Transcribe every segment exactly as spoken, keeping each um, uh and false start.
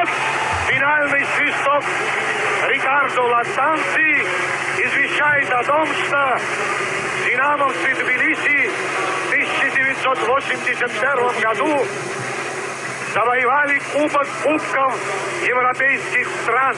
вот финальный свисток. Рикардо Латанци извещает о том, что динамовцы Тбилиси в тысяча девятьсот восемьдесят первом году завоевали Кубок Кубков европейских стран.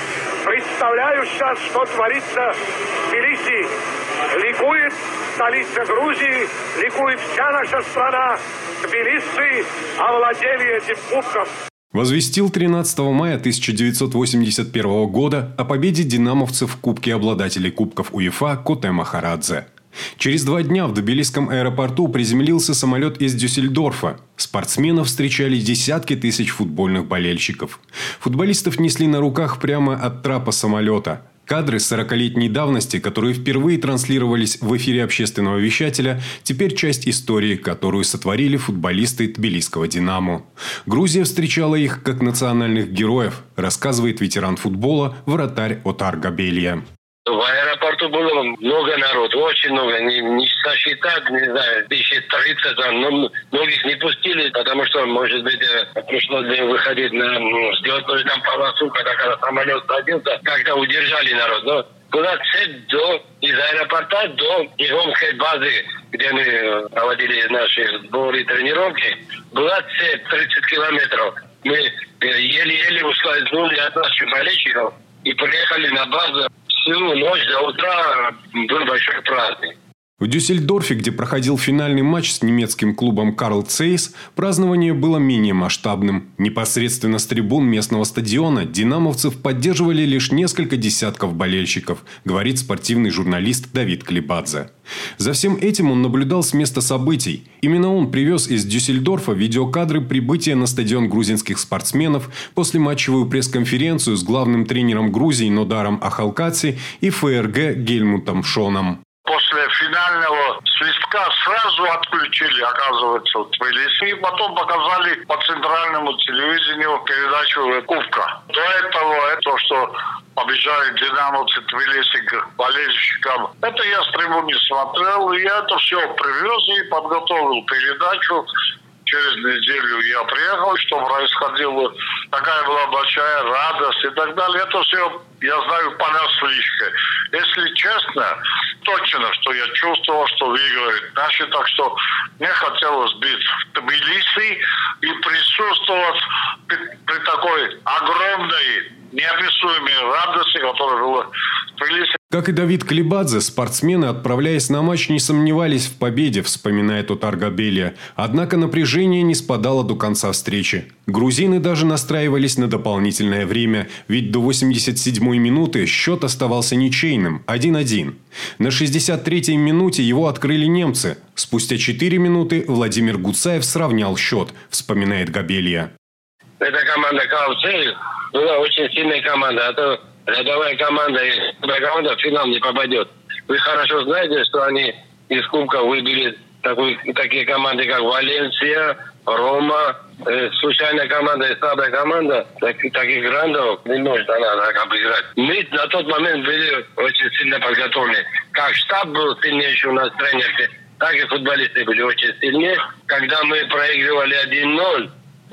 Представляю сейчас, что творится в Тбилиси. Ликует столица Грузии, ликует вся наша страна. Тбилиси овладели этим кубком. Возвестил тринадцатого мая тысяча девятьсот восемьдесят первого года о победе динамовцев в Кубке обладателей Кубков УЕФА Коте Махарадзе. Через два дня в Тбилисском аэропорту приземлился самолет из Дюссельдорфа. Спортсменов встречали десятки тысяч футбольных болельщиков. Футболистов несли на руках прямо от трапа самолета. Кадры сорокалетней давности, которые впервые транслировались в эфире общественного вещателя, теперь часть истории, которую сотворили футболисты тбилисского «Динамо». Грузия встречала их как национальных героев, рассказывает ветеран футбола, вратарь Отар Габелия. В аэропорту было много народу, очень много, не, не сосчитать, не знаю, тысяча тридцать, но многих не пустили, потому что, может быть, пришлось выходить на взлетную там полосу, когда, когда самолет садился, как-то удержали народ. Но была цепь до, из аэропорта до Егомской базы, где мы проводили наши сборы и тренировки, была цепь тридцать километров. Мы еле-еле ускользнули от наших болельщиков и приехали на базу. Всю ночь до утра был большой праздник. В Дюссельдорфе, где проходил финальный матч с немецким клубом «Карл Цейс», празднование было менее масштабным. Непосредственно с трибун местного стадиона динамовцев поддерживали лишь несколько десятков болельщиков, говорит спортивный журналист Давид Клибадзе. За всем этим он наблюдал с места событий. Именно он привез из Дюссельдорфа видеокадры прибытия на стадион грузинских спортсменов, послематчевую пресс-конференцию с главным тренером Грузии Нодаром Ахалкаци и ФРГ Гельмутом Шоном. После финального свистка сразу отключили, оказывается, в Тбилиси. И потом показали по центральному телевидению передачу Кубка. До этого, это что побежали динамовцы Тбилиси к болельщикам. Это я с трибуны смотрел, и я это все привез и подготовил передачу. Через неделю я приехал, что происходило, такая была большая радость и так далее. Это все, я знаю, понаслышке. Если честно, точно, что я чувствовал, что выиграют наши, так что мне хотелось быть в Тбилиси и присутствовать при, при такой огромной, неописуемой радости, которая была в Тбилиси. Как и Давид Клибадзе, спортсмены, отправляясь на матч, не сомневались в победе, вспоминает Отар Габелия. Однако напряжение не спадало до конца встречи. Грузины даже настраивались на дополнительное время, ведь до восемьдесят седьмой минуты счет оставался ничейным – один-один. На шестьдесят третьей минуте его открыли немцы. Спустя четыре минуты Владимир Гуцаев сравнял счет, вспоминает Габелия. Эта команда «Калцей» была очень сильная команда, а то рядовая команда и команда в финал не попадет. Вы хорошо знаете, что они из Кубка выбили такой, такие команды, как Валенсия, Рома. Э, случайная команда и слабая команда. Так, таких грандов не может она так обыграть. Мы на тот момент были очень сильно подготовлены. Как штаб был сильнейший у нас тренер, так и футболисты были очень сильнее. Когда мы проигрывали один ноль,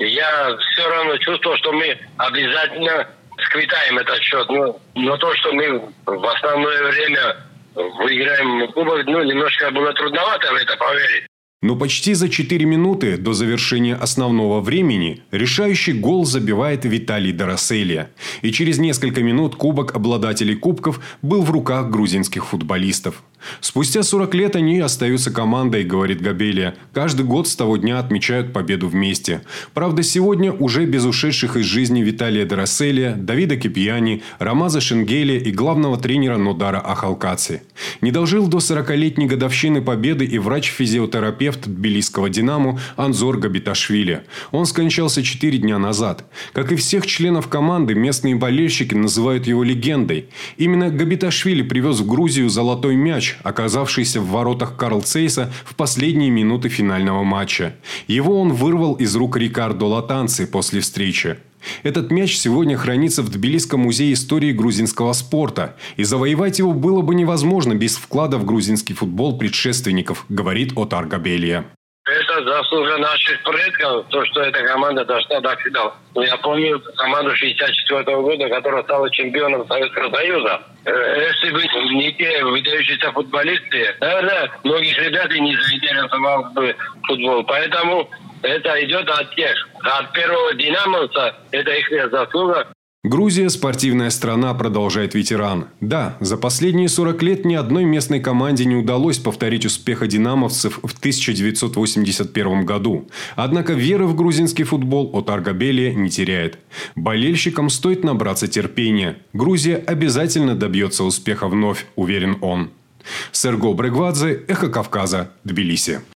я все равно чувствовал, что мы обязательно сквитаем этот счет. Но, но то, что мы в основное время выиграем кубок, ну, немножко было трудновато в это поверить. Но почти за четыре минуты до завершения основного времени решающий гол забивает Виталий Дороселия. И через несколько минут кубок обладателей кубков был в руках грузинских футболистов. Спустя сорок лет они остаются командой, говорит Габелия. Каждый год с того дня отмечают победу вместе. Правда, сегодня уже без ушедших из жизни Виталия Дороселия, Давида Кипьяни, Рамаза Шенгеля и главного тренера Нодара Ахалкаци. Не дожил до сорокалетней годовщины победы и врач-физиотерапевт тбилисского «Динамо» Анзор Габиташвили. Он скончался четыре дня назад. Как и всех членов команды, местные болельщики называют его легендой. Именно Габиташвили привез в Грузию золотой мяч, оказавшийся в воротах Карл Цейса в последние минуты финального матча. Его он вырвал из рук Рикардо Латанци после встречи. Этот мяч сегодня хранится в Тбилисском музее истории грузинского спорта. И завоевать его было бы невозможно без вклада в грузинский футбол предшественников, говорит Отар Габелия. Это это заслуга наших предков, то, что эта команда дошла до финала. Но я помню команду шестьдесят четвёртого года, которая стала чемпионом Советского Союза. Если бы не те выдающиеся футболисты, наверное, многих ребят и не заинтересовал бы футбол. Поэтому это идет от тех. От первого динамовца это их заслуга. Грузия – спортивная страна, продолжает ветеран. Да, за последние сорок лет ни одной местной команде не удалось повторить успеха динамовцев в тысяча девятьсот восемьдесят первом году. Однако веры в грузинский футбол Отар Габелия не теряет. Болельщикам стоит набраться терпения. Грузия обязательно добьется успеха вновь, уверен он. Серго Брегвадзе, Эхо Кавказа, Тбилиси.